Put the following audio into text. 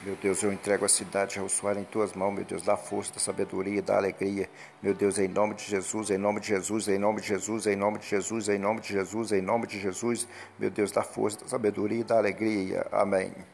Meu Deus, eu entrego a cidade de Raussuara em tuas mãos, meu Deus, dá força, dá sabedoria, dá alegria. Meu Deus, em nome de Jesus, em nome de Jesus, em nome de Jesus, em nome de Jesus, em nome de Jesus, em nome de Jesus. Meu Deus, dá força, dá sabedoria, dá alegria. Amém.